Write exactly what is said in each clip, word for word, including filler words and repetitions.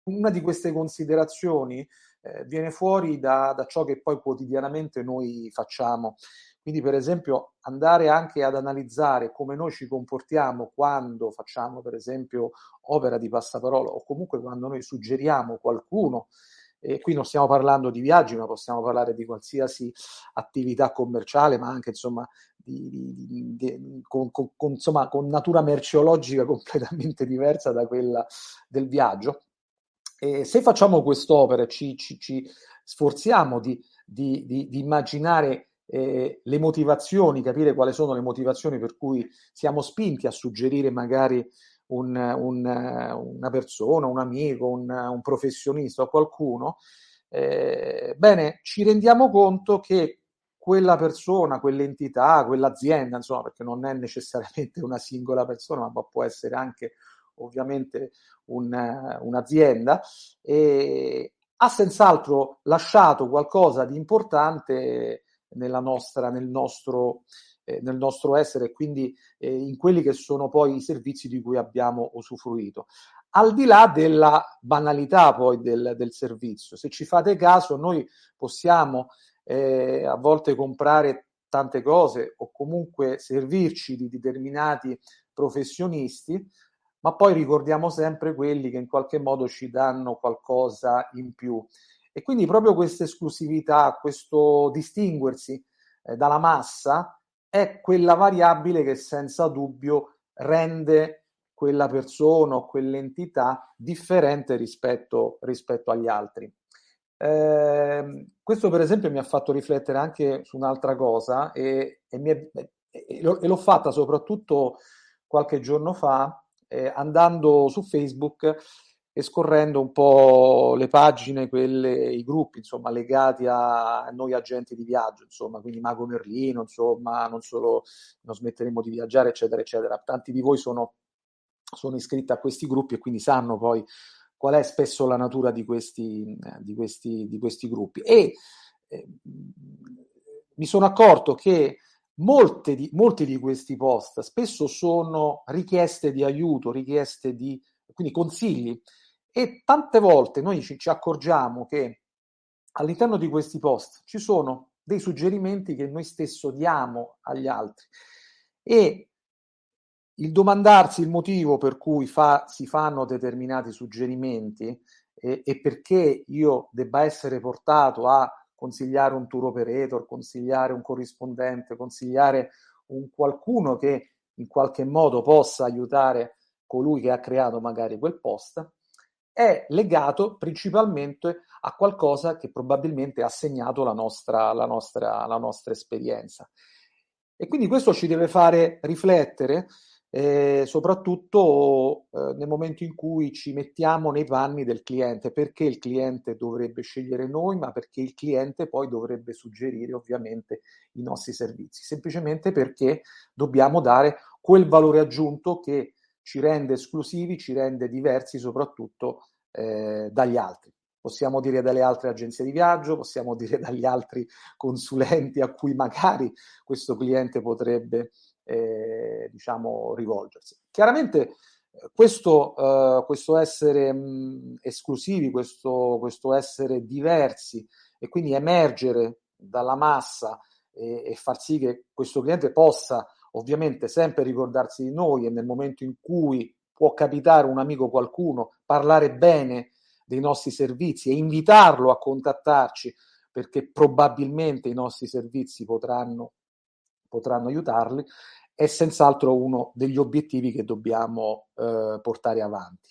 una di queste considerazioni eh, viene fuori da, da ciò che poi quotidianamente noi facciamo. Quindi, per esempio, andare anche ad analizzare come noi ci comportiamo quando facciamo, per esempio, opera di passaparola o comunque quando noi suggeriamo qualcuno, e qui non stiamo parlando di viaggi, ma possiamo parlare di qualsiasi attività commerciale, ma anche insomma di, di, di, con, con, con, insomma, con natura merceologica completamente diversa da quella del viaggio. E se facciamo quest'opera, ci, ci, ci sforziamo di, di, di, di immaginare eh, le motivazioni, capire quali sono le motivazioni per cui siamo spinti a suggerire magari un, un, una persona, un amico, un, un professionista o qualcuno, eh, bene, ci rendiamo conto che quella persona, quell'entità, quell'azienda, insomma, perché non è necessariamente una singola persona, ma può essere anche ovviamente un, un'azienda, e ha senz'altro lasciato qualcosa di importante nella nostra, nel nostro, eh, nel nostro essere e quindi eh, in quelli che sono poi i servizi di cui abbiamo usufruito. Al di là della banalità poi del, del servizio, se ci fate caso, noi possiamo eh, a volte comprare tante cose o comunque servirci di determinati professionisti, ma poi ricordiamo sempre quelli che in qualche modo ci danno qualcosa in più. E quindi proprio questa esclusività, questo distinguersi eh, dalla massa è quella variabile che senza dubbio rende quella persona o quell'entità differente rispetto, rispetto agli altri. Eh, questo per esempio mi ha fatto riflettere anche su un'altra cosa e, e, mi è, e, l'ho, e l'ho fatta soprattutto qualche giorno fa eh, andando su Facebook e scorrendo un po' le pagine, quelle, i gruppi, insomma, legati a noi agenti di viaggio, insomma, quindi Mago Merlino, insomma, non solo non smetteremo di viaggiare, eccetera, eccetera. Tanti di voi sono, sono iscritti a questi gruppi e quindi sanno poi qual è spesso la natura di questi, eh, di questi, di questi gruppi. E eh, mi sono accorto che molte di, molti di questi post spesso sono richieste di aiuto, richieste di quindi consigli, e tante volte noi ci, ci accorgiamo che all'interno di questi post ci sono dei suggerimenti che noi stesso diamo agli altri e il domandarsi il motivo per cui fa, si fanno determinati suggerimenti e, e perché io debba essere portato a consigliare un tour operator, consigliare un corrispondente, consigliare un qualcuno che in qualche modo possa aiutare colui che ha creato magari quel post, è legato principalmente a qualcosa che probabilmente ha segnato la nostra, la nostra, la nostra esperienza. E quindi questo ci deve fare riflettere, eh, soprattutto eh, nel momento in cui ci mettiamo nei panni del cliente, perché il cliente dovrebbe scegliere noi, ma perché il cliente poi dovrebbe suggerire ovviamente i nostri servizi, semplicemente perché dobbiamo dare quel valore aggiunto che ci rende esclusivi, ci rende diversi soprattutto eh, dagli altri. Possiamo dire dalle altre agenzie di viaggio, possiamo dire dagli altri consulenti a cui magari questo cliente potrebbe eh, diciamo rivolgersi. Chiaramente questo, eh, questo essere mh, esclusivi, questo, questo essere diversi e quindi emergere dalla massa e, e far sì che questo cliente possa ovviamente sempre ricordarsi di noi e nel momento in cui può capitare un amico, qualcuno, parlare bene dei nostri servizi e invitarlo a contattarci perché probabilmente i nostri servizi potranno, potranno aiutarli, è senz'altro uno degli obiettivi che dobbiamo eh, portare avanti.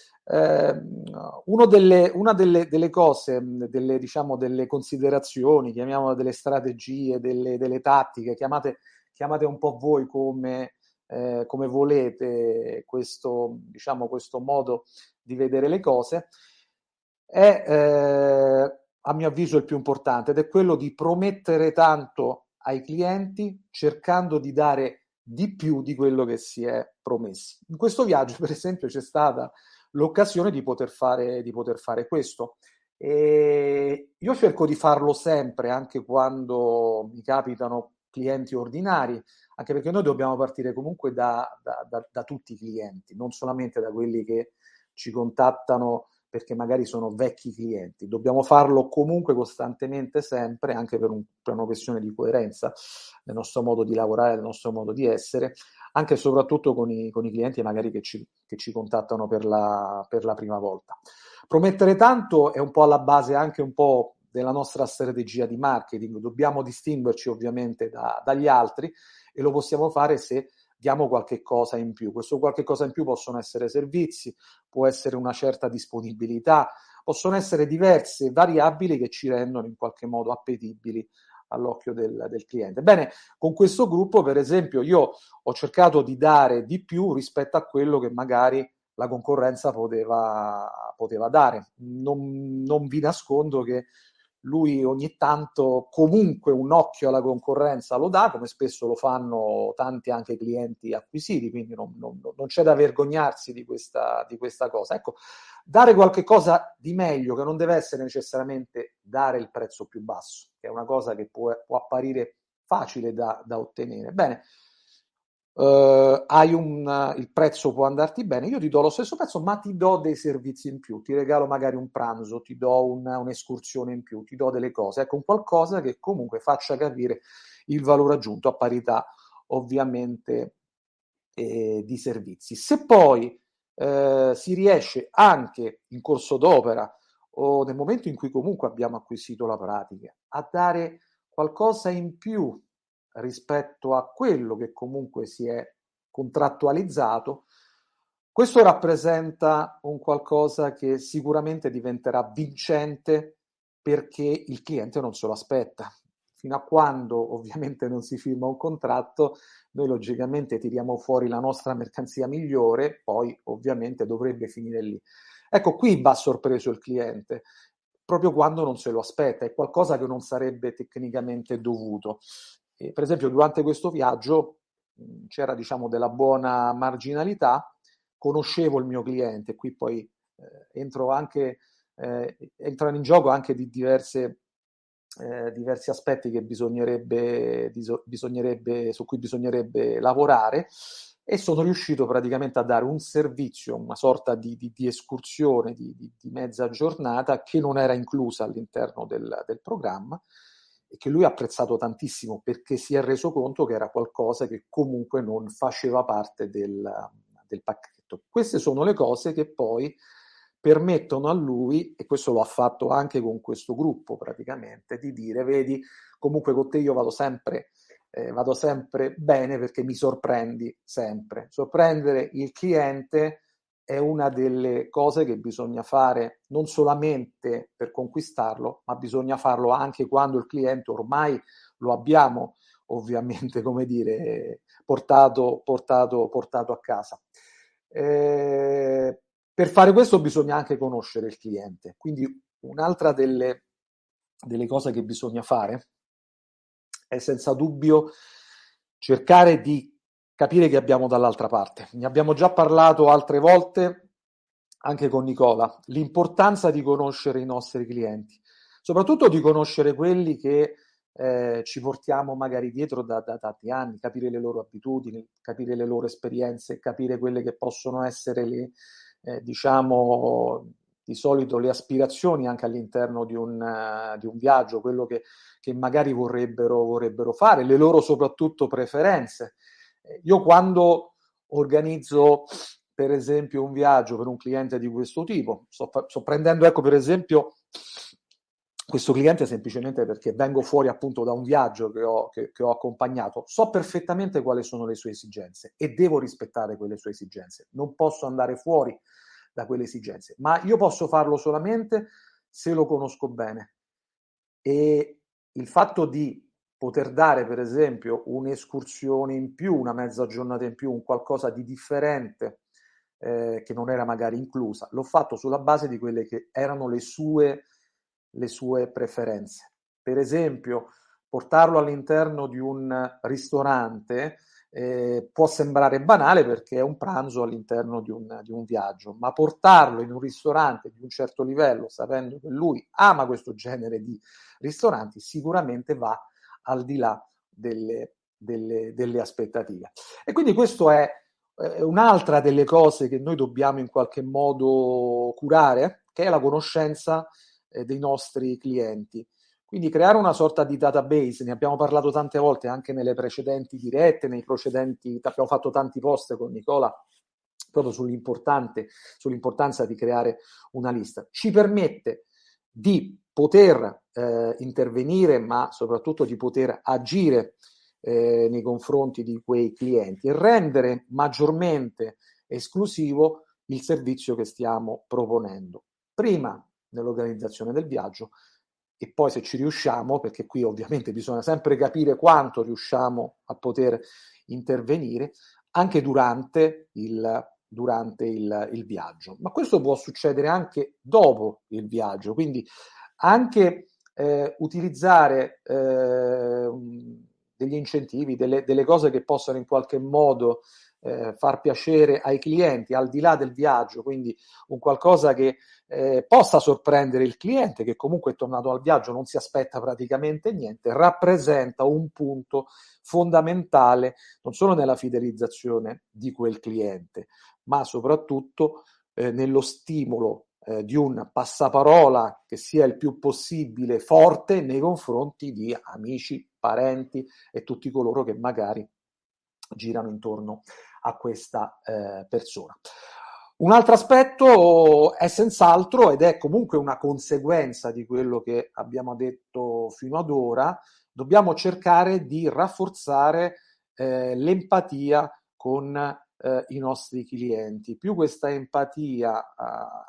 Eh, uno delle, una delle, delle cose, delle, diciamo, delle considerazioni, chiamiamole delle strategie, delle, delle tattiche, chiamate, chiamate un po' voi come, eh, come volete questo, diciamo, questo modo di vedere le cose, è eh, a mio avviso il più importante ed è quello di promettere tanto ai clienti cercando di dare di più di quello che si è promessi. In questo viaggio, per esempio, c'è stata l'occasione di poter fare, di poter fare questo. E io cerco di farlo sempre, anche quando mi capitano clienti ordinari, anche perché noi dobbiamo partire comunque da, da, da, da tutti i clienti, non solamente da quelli che ci contattano perché magari sono vecchi clienti. Dobbiamo farlo comunque costantemente, sempre, anche per, un, per una questione di coerenza del nostro modo di lavorare, del nostro modo di essere, anche e soprattutto con i, con i clienti magari che ci, che ci contattano per la, per la prima volta. Promettere tanto è un po' alla base anche un po' della nostra strategia di marketing. Dobbiamo distinguerci ovviamente da, dagli altri e lo possiamo fare se diamo qualche cosa in più. Questo qualche cosa in più possono essere servizi, può essere una certa disponibilità, possono essere diverse variabili che ci rendono in qualche modo appetibili all'occhio del, del cliente. Bene, con questo gruppo, per esempio, io ho cercato di dare di più rispetto a quello che magari la concorrenza poteva, poteva dare. Non, non vi nascondo che lui ogni tanto comunque un occhio alla concorrenza lo dà, come spesso lo fanno tanti anche clienti acquisiti, quindi non, non, non c'è da vergognarsi di questa, di questa cosa. Ecco, dare qualche cosa di meglio, che non deve essere necessariamente dare il prezzo più basso, che è una cosa che può, può apparire facile da, da ottenere. Bene, Uh, hai un, uh, il prezzo può andarti bene, io ti do lo stesso prezzo ma ti do dei servizi in più, ti regalo magari un pranzo, ti do una, un'escursione in più, ti do delle cose, ecco un qualcosa che comunque faccia capire il valore aggiunto a parità ovviamente eh, di servizi. Se poi eh, si riesce anche in corso d'opera o nel momento in cui comunque abbiamo acquisito la pratica a dare qualcosa in più rispetto a quello che comunque si è contrattualizzato, questo rappresenta un qualcosa che sicuramente diventerà vincente perché il cliente non se lo aspetta. Fino a quando ovviamente non si firma un contratto, noi logicamente tiriamo fuori la nostra mercanzia migliore, poi ovviamente dovrebbe finire lì. Ecco, qui va sorpreso il cliente, proprio quando non se lo aspetta, è qualcosa che non sarebbe tecnicamente dovuto. E, per esempio, durante questo viaggio mh, c'era, diciamo, della buona marginalità, conoscevo il mio cliente, qui poi eh, entro anche, eh, entrano in gioco anche di diverse, eh, diversi aspetti che bisognerebbe, bisognerebbe, su cui bisognerebbe lavorare e sono riuscito praticamente a dare un servizio, una sorta di, di, di escursione di, di, di mezza giornata che non era inclusa all'interno del, del programma e che lui ha apprezzato tantissimo perché si è reso conto che era qualcosa che comunque non faceva parte del, del pacchetto. Queste sono le cose che poi permettono a lui, e questo lo ha fatto anche con questo gruppo praticamente, di dire, vedi, comunque con te io vado sempre, eh, vado sempre bene perché mi sorprendi sempre. Sorprendere il cliente è una delle cose che bisogna fare non solamente per conquistarlo, ma bisogna farlo anche quando il cliente ormai lo abbiamo ovviamente, come dire, portato, portato, portato a casa. Eh, per fare questo bisogna anche conoscere il cliente, quindi un'altra delle, delle cose che bisogna fare è senza dubbio cercare di capire che abbiamo dall'altra parte. Ne abbiamo già parlato altre volte anche con Nicola, l'importanza di conoscere i nostri clienti, soprattutto di conoscere quelli che eh, ci portiamo magari dietro da, da tanti anni, capire le loro abitudini, capire le loro esperienze, capire quelle che possono essere le, eh, diciamo, di solito le aspirazioni anche all'interno di un, uh, di un viaggio, quello che, che magari vorrebbero, vorrebbero fare, le loro soprattutto preferenze. Eh, io quando organizzo per esempio un viaggio per un cliente di questo tipo, sto, sto prendendo ecco per esempio questo cliente semplicemente perché vengo fuori appunto da un viaggio che ho, che, che ho accompagnato, so perfettamente quali sono le sue esigenze e devo rispettare quelle sue esigenze, non posso andare fuori da quelle esigenze, ma io posso farlo solamente se lo conosco bene e il fatto di poter dare per esempio un'escursione in più, una mezza giornata in più, un qualcosa di differente eh, che non era magari inclusa, l'ho fatto sulla base di quelle che erano le sue, le sue preferenze. Per esempio, portarlo all'interno di un ristorante eh, può sembrare banale perché è un pranzo all'interno di un, di un viaggio, ma portarlo in un ristorante di un certo livello, sapendo che lui ama questo genere di ristoranti, sicuramente va al di là delle, delle, delle aspettative. E quindi questo è eh, un'altra delle cose che noi dobbiamo in qualche modo curare, che è la conoscenza eh, dei nostri clienti. Quindi creare una sorta di database, ne abbiamo parlato tante volte anche nelle precedenti dirette, nei precedenti, abbiamo fatto tanti post con Nicola proprio sull'importante, sull'importanza di creare una lista. Ci permette di poter eh, intervenire, ma soprattutto di poter agire eh, nei confronti di quei clienti e rendere maggiormente esclusivo il servizio che stiamo proponendo. Prima nell'organizzazione del viaggio e poi se ci riusciamo, perché qui ovviamente bisogna sempre capire quanto riusciamo a poter intervenire, anche durante il, durante il, il viaggio. Ma questo può succedere anche dopo il viaggio, quindi anche eh, utilizzare eh, degli incentivi, delle, delle cose che possano in qualche modo eh, far piacere ai clienti al di là del viaggio, quindi un qualcosa che eh, possa sorprendere il cliente che comunque è tornato al viaggio, non si aspetta praticamente niente, rappresenta un punto fondamentale non solo nella fidelizzazione di quel cliente, ma soprattutto eh, nello stimolo eh, di un passaparola che sia il più possibile forte nei confronti di amici, parenti e tutti coloro che magari girano intorno a questa eh, persona. Un altro aspetto è senz'altro, ed è comunque una conseguenza di quello che abbiamo detto fino ad ora, dobbiamo cercare di rafforzare eh, l'empatia con eh, i nostri clienti. Più questa empatia eh,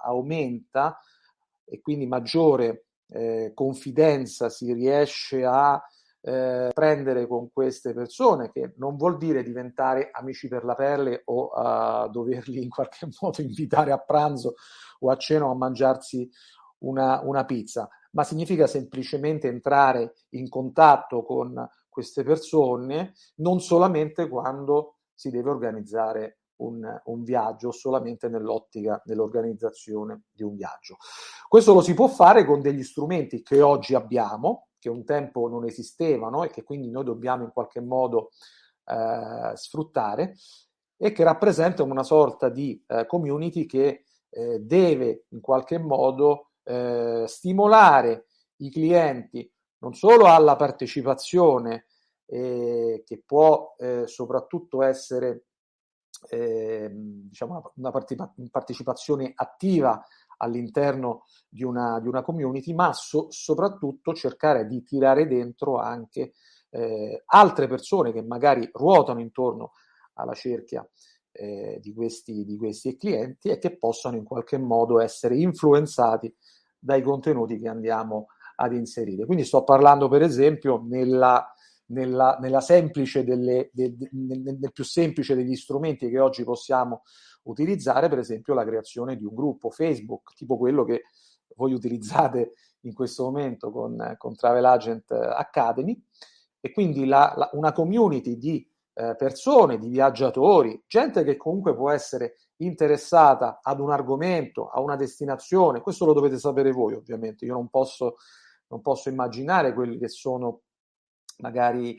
aumenta e quindi maggiore eh, confidenza si riesce a eh, prendere con queste persone, che non vuol dire diventare amici per la pelle o a doverli in qualche modo invitare a pranzo o a cena o a mangiarsi una, una pizza, ma significa semplicemente entrare in contatto con queste persone non solamente quando si deve organizzare un, un viaggio, solamente nell'ottica dell'organizzazione di un viaggio. Questo lo si può fare con degli strumenti che oggi abbiamo, che un tempo non esistevano e che quindi noi dobbiamo in qualche modo eh, sfruttare e che rappresentano una sorta di eh, community che eh, deve in qualche modo eh, stimolare i clienti non solo alla partecipazione eh, che può eh, soprattutto essere eh, diciamo una, una partecipazione attiva all'interno di una, di una community, ma so, soprattutto cercare di tirare dentro anche eh, altre persone che magari ruotano intorno alla cerchia eh, di, questi, di questi clienti e che possano in qualche modo essere influenzati dai contenuti che andiamo ad inserire. Quindi sto parlando per esempio nella, nella, nella semplice delle, de, de, nel, nel più semplice degli strumenti che oggi possiamo utilizzare, per esempio la creazione di un gruppo Facebook, tipo quello che voi utilizzate in questo momento con, con Travel Agent Academy, e quindi la, la, una community di eh, persone, di viaggiatori, gente che comunque può essere interessata ad un argomento, a una destinazione. Questo lo dovete sapere voi, ovviamente. Io non posso, non posso immaginare quelli che sono magari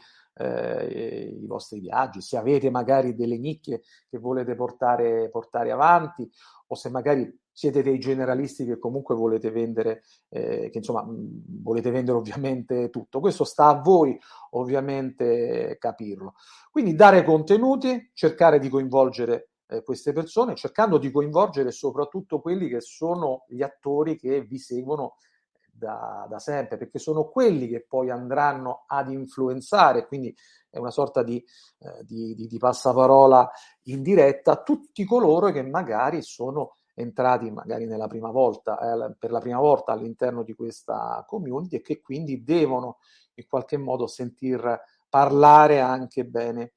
eh, i vostri viaggi, se avete magari delle nicchie che volete portare, portare avanti, o se magari siete dei generalisti che comunque volete vendere, eh, che insomma mh, volete vendere ovviamente tutto. Questo sta a voi ovviamente capirlo. Quindi dare contenuti, cercare di coinvolgere eh, queste persone, cercando di coinvolgere soprattutto quelli che sono gli attori che vi seguono da, da sempre, perché sono quelli che poi andranno ad influenzare, quindi è una sorta di, eh, di, di, di passaparola in diretta, tutti coloro che magari sono entrati magari nella prima volta, eh, per la prima volta all'interno di questa community e che quindi devono in qualche modo sentir parlare anche bene,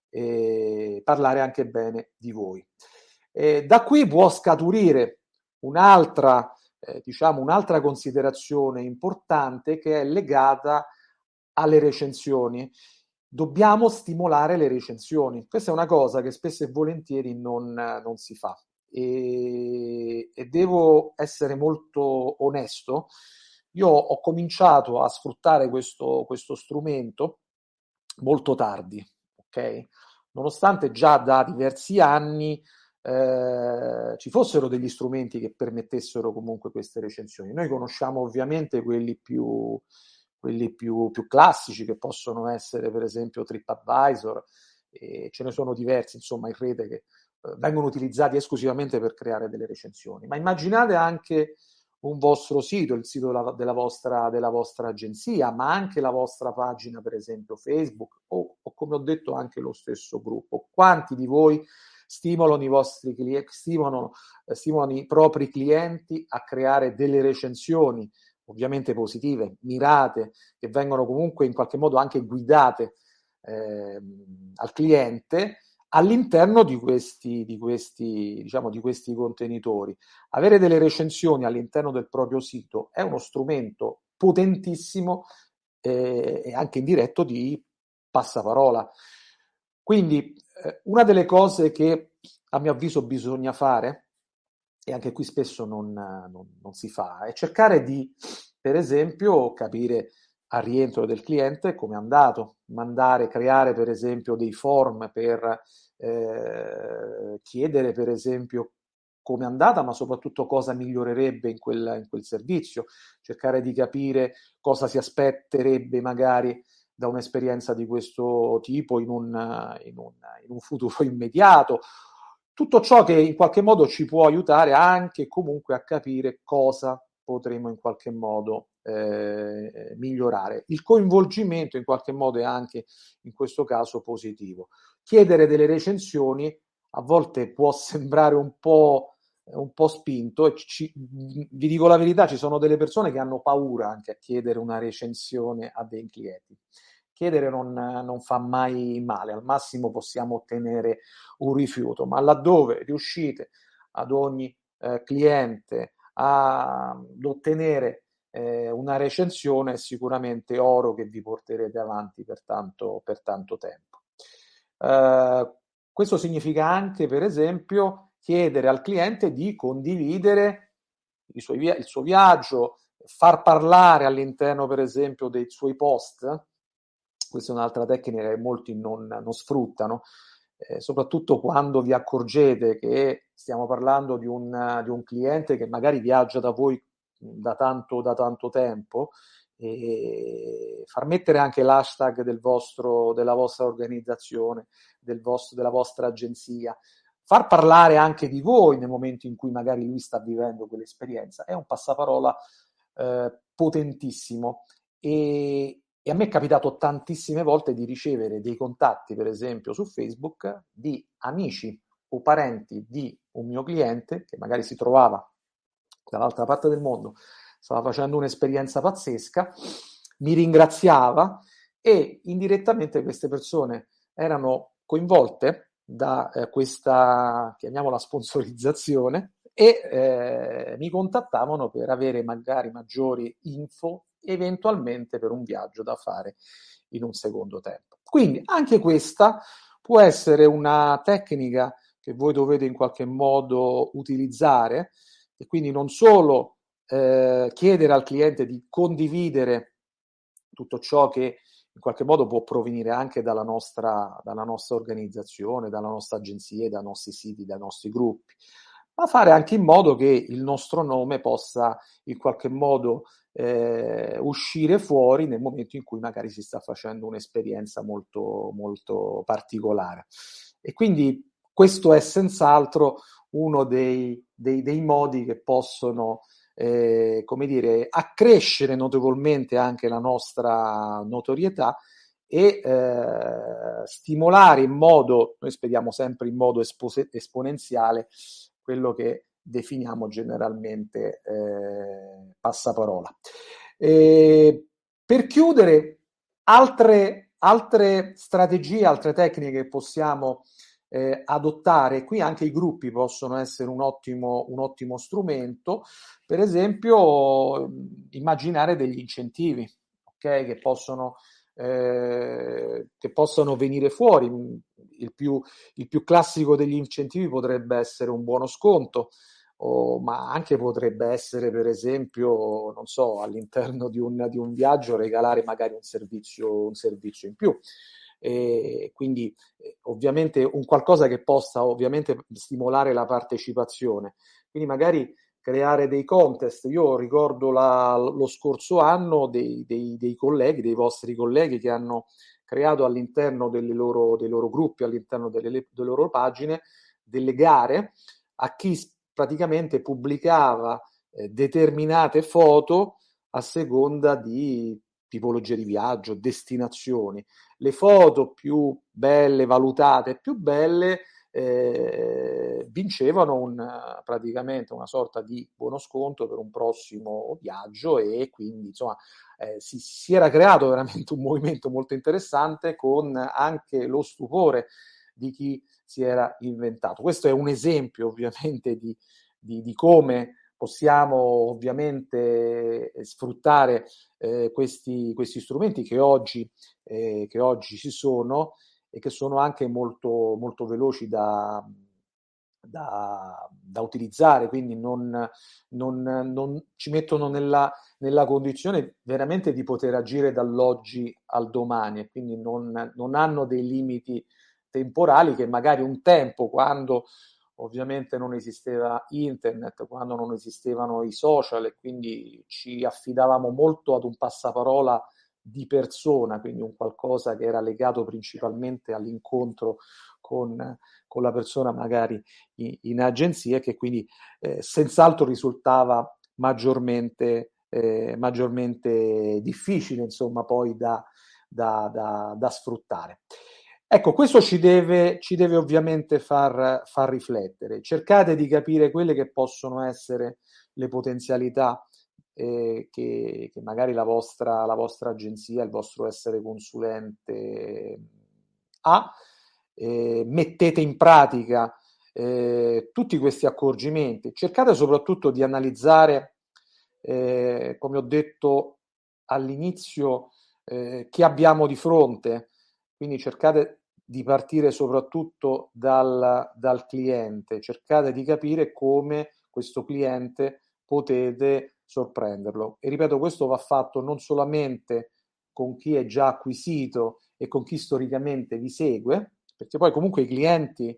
eh, parlare anche bene di voi. Eh, da qui può scaturire un'altra Eh, diciamo un'altra considerazione importante che è legata alle recensioni. Dobbiamo stimolare le recensioni. Questa è una cosa che spesso e volentieri non, non si fa. E, e devo essere molto onesto. Io ho cominciato a sfruttare questo, questo strumento molto tardi, ok? Nonostante già da diversi anni eh, ci fossero degli strumenti che permettessero comunque queste recensioni. Noi conosciamo ovviamente quelli più, quelli più, più classici, che possono essere per esempio TripAdvisor, e ce ne sono diversi insomma in rete che eh, vengono utilizzati esclusivamente per creare delle recensioni. Ma immaginate anche un vostro sito, il sito della, della, vostra, della vostra agenzia, ma anche la vostra pagina, per esempio Facebook, o, o come ho detto anche lo stesso gruppo. Quanti di voi stimolano i vostri clienti, stimolano, eh, stimolano i propri clienti a creare delle recensioni, ovviamente positive, mirate, che vengono comunque in qualche modo anche guidate eh, al cliente all'interno di questi, di questi, diciamo, di questi contenitori. Avere delle recensioni all'interno del proprio sito è uno strumento potentissimo eh, e anche indiretto di passaparola. Quindi eh, una delle cose che a mio avviso bisogna fare, e anche qui spesso non, non, non si fa, è cercare di, per esempio, capire al rientro del cliente come è andato, mandare, creare per esempio dei form per eh, chiedere per esempio come è andata, ma soprattutto cosa migliorerebbe in quel, in quel servizio, cercare di capire cosa si aspetterebbe magari da un'esperienza di questo tipo in un, in un, in un futuro immediato. Tutto ciò che in qualche modo ci può aiutare anche comunque a capire cosa potremo in qualche modo eh, migliorare. Il coinvolgimento in qualche modo è anche in questo caso positivo. Chiedere delle recensioni a volte può sembrare un po', un po' spinto e ci, vi dico la verità, ci sono delle persone che hanno paura anche a chiedere una recensione a dei clienti. Chiedere non, non fa mai male, al massimo possiamo ottenere un rifiuto, ma laddove riuscite ad ogni eh, cliente a, ad ottenere eh, una recensione è sicuramente oro che vi porterete avanti per tanto, per tanto tempo. Eh, questo significa anche, per esempio, chiedere al cliente di condividere i suoi via- il suo viaggio, far parlare all'interno, per esempio, dei suoi post. Questa è un'altra tecnica che molti non, non sfruttano, eh, soprattutto quando vi accorgete che stiamo parlando di un, di un cliente che magari viaggia da voi da tanto, da tanto tempo, e far mettere anche l'hashtag del vostro, della vostra organizzazione, del vostro, della vostra agenzia, far parlare anche di voi nel momento in cui magari lui sta vivendo quell'esperienza, è un passaparola eh, potentissimo. E, e a me è capitato tantissime volte di ricevere dei contatti, per esempio su Facebook, di amici o parenti di un mio cliente che magari si trovava dall'altra parte del mondo, stava facendo un'esperienza pazzesca, mi ringraziava e indirettamente queste persone erano coinvolte da eh, questa, chiamiamola sponsorizzazione, e eh, mi contattavano per avere magari maggiori info, eventualmente per un viaggio da fare in un secondo tempo. Quindi anche questa può essere una tecnica che voi dovete in qualche modo utilizzare, e quindi non solo eh, chiedere al cliente di condividere tutto ciò che in qualche modo può provenire anche dalla nostra, dalla nostra organizzazione, dalla nostra agenzia, dai nostri siti, dai nostri gruppi, ma fare anche in modo che il nostro nome possa in qualche modo eh, uscire fuori nel momento in cui magari si sta facendo un'esperienza molto, molto particolare. E quindi questo è senz'altro uno dei, dei, dei modi che possono eh, come dire, accrescere notevolmente anche la nostra notorietà e eh, stimolare in modo, noi speriamo sempre in modo espose- esponenziale, quello che definiamo generalmente eh, passaparola. E per chiudere, altre, altre strategie, altre tecniche che possiamo eh, adottare, qui anche i gruppi possono essere un ottimo, un ottimo strumento, per esempio immaginare degli incentivi, okay, che possono eh, che possono venire fuori. Il più, il più classico degli incentivi potrebbe essere un buono sconto, o, ma anche potrebbe essere, per esempio, non so, all'interno di un, di un viaggio regalare magari un servizio, un servizio in più. e quindi eh, ovviamente un qualcosa che possa ovviamente stimolare la partecipazione. Quindi magari creare dei contest. Io ricordo la, lo scorso anno dei, dei, dei colleghi, dei vostri colleghi che hanno creato all'interno delle loro, dei loro gruppi, all'interno delle, delle loro pagine, delle gare a chi praticamente pubblicava eh, determinate foto a seconda di tipologie di viaggio, destinazioni. Le foto più belle, valutate, più belle, eh, vincevano un, praticamente una sorta di buono sconto per un prossimo viaggio e quindi insomma eh, si, si era creato veramente un movimento molto interessante con anche lo stupore di chi si era inventato. Questo è un esempio ovviamente di, di, di come possiamo ovviamente sfruttare eh, questi, questi strumenti che oggi, eh, che oggi ci sono e che sono anche molto, molto veloci da, da, da utilizzare, quindi non, non, non ci mettono nella, nella condizione veramente di poter agire dall'oggi al domani e quindi non, non hanno dei limiti temporali che magari un tempo, quando ovviamente non esisteva internet, quando non esistevano i social e quindi ci affidavamo molto ad un passaparola di persona, quindi un qualcosa che era legato principalmente all'incontro con, con la persona magari in, in agenzia, che quindi eh, senz'altro risultava maggiormente, eh, maggiormente difficile, insomma, poi da, da, da, da sfruttare. Ecco, questo ci deve, ci deve ovviamente far, far riflettere. Cercate di capire quelle che possono essere le potenzialità eh, che, che magari la vostra, la vostra agenzia, il vostro essere consulente ha. Eh, mettete in pratica eh, tutti questi accorgimenti. Cercate soprattutto di analizzare, eh, come ho detto all'inizio, eh, chi abbiamo di fronte. Quindi cercate di partire soprattutto dal, dal cliente, cercate di capire come questo cliente potete sorprenderlo. E ripeto, questo va fatto non solamente con chi è già acquisito e con chi storicamente vi segue, perché poi comunque i clienti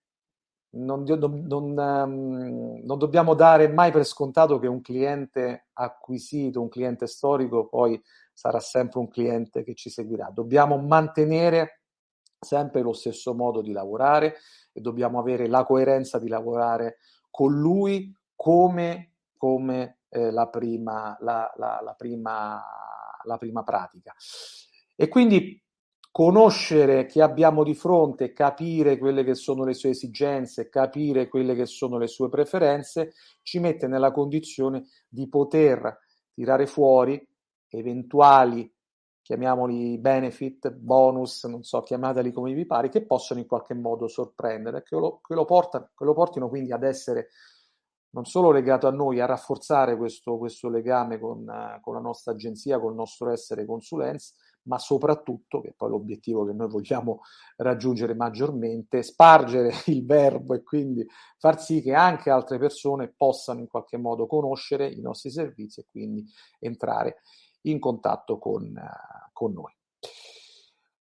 non, non, non, um, non dobbiamo dare mai per scontato che un cliente acquisito, un cliente storico, poi sarà sempre un cliente che ci seguirà. Dobbiamo mantenere sempre lo stesso modo di lavorare e dobbiamo avere la coerenza di lavorare con lui come, come eh, la, prima, la, la, la, prima, la prima pratica. E quindi conoscere chi abbiamo di fronte, capire quelle che sono le sue esigenze, capire quelle che sono le sue preferenze, ci mette nella condizione di poter tirare fuori eventuali, chiamiamoli benefit, bonus, non so, chiamateli come vi pare, che possono in qualche modo sorprendere, che lo, che lo, portano, che lo portino quindi ad essere non solo legato a noi, a rafforzare questo, questo legame con, uh, con la nostra agenzia, con il nostro essere consulenza, ma soprattutto, che è poi l'obiettivo che noi vogliamo raggiungere maggiormente, spargere il verbo e quindi far sì che anche altre persone possano in qualche modo conoscere i nostri servizi e quindi entrare in contatto con, uh, con noi.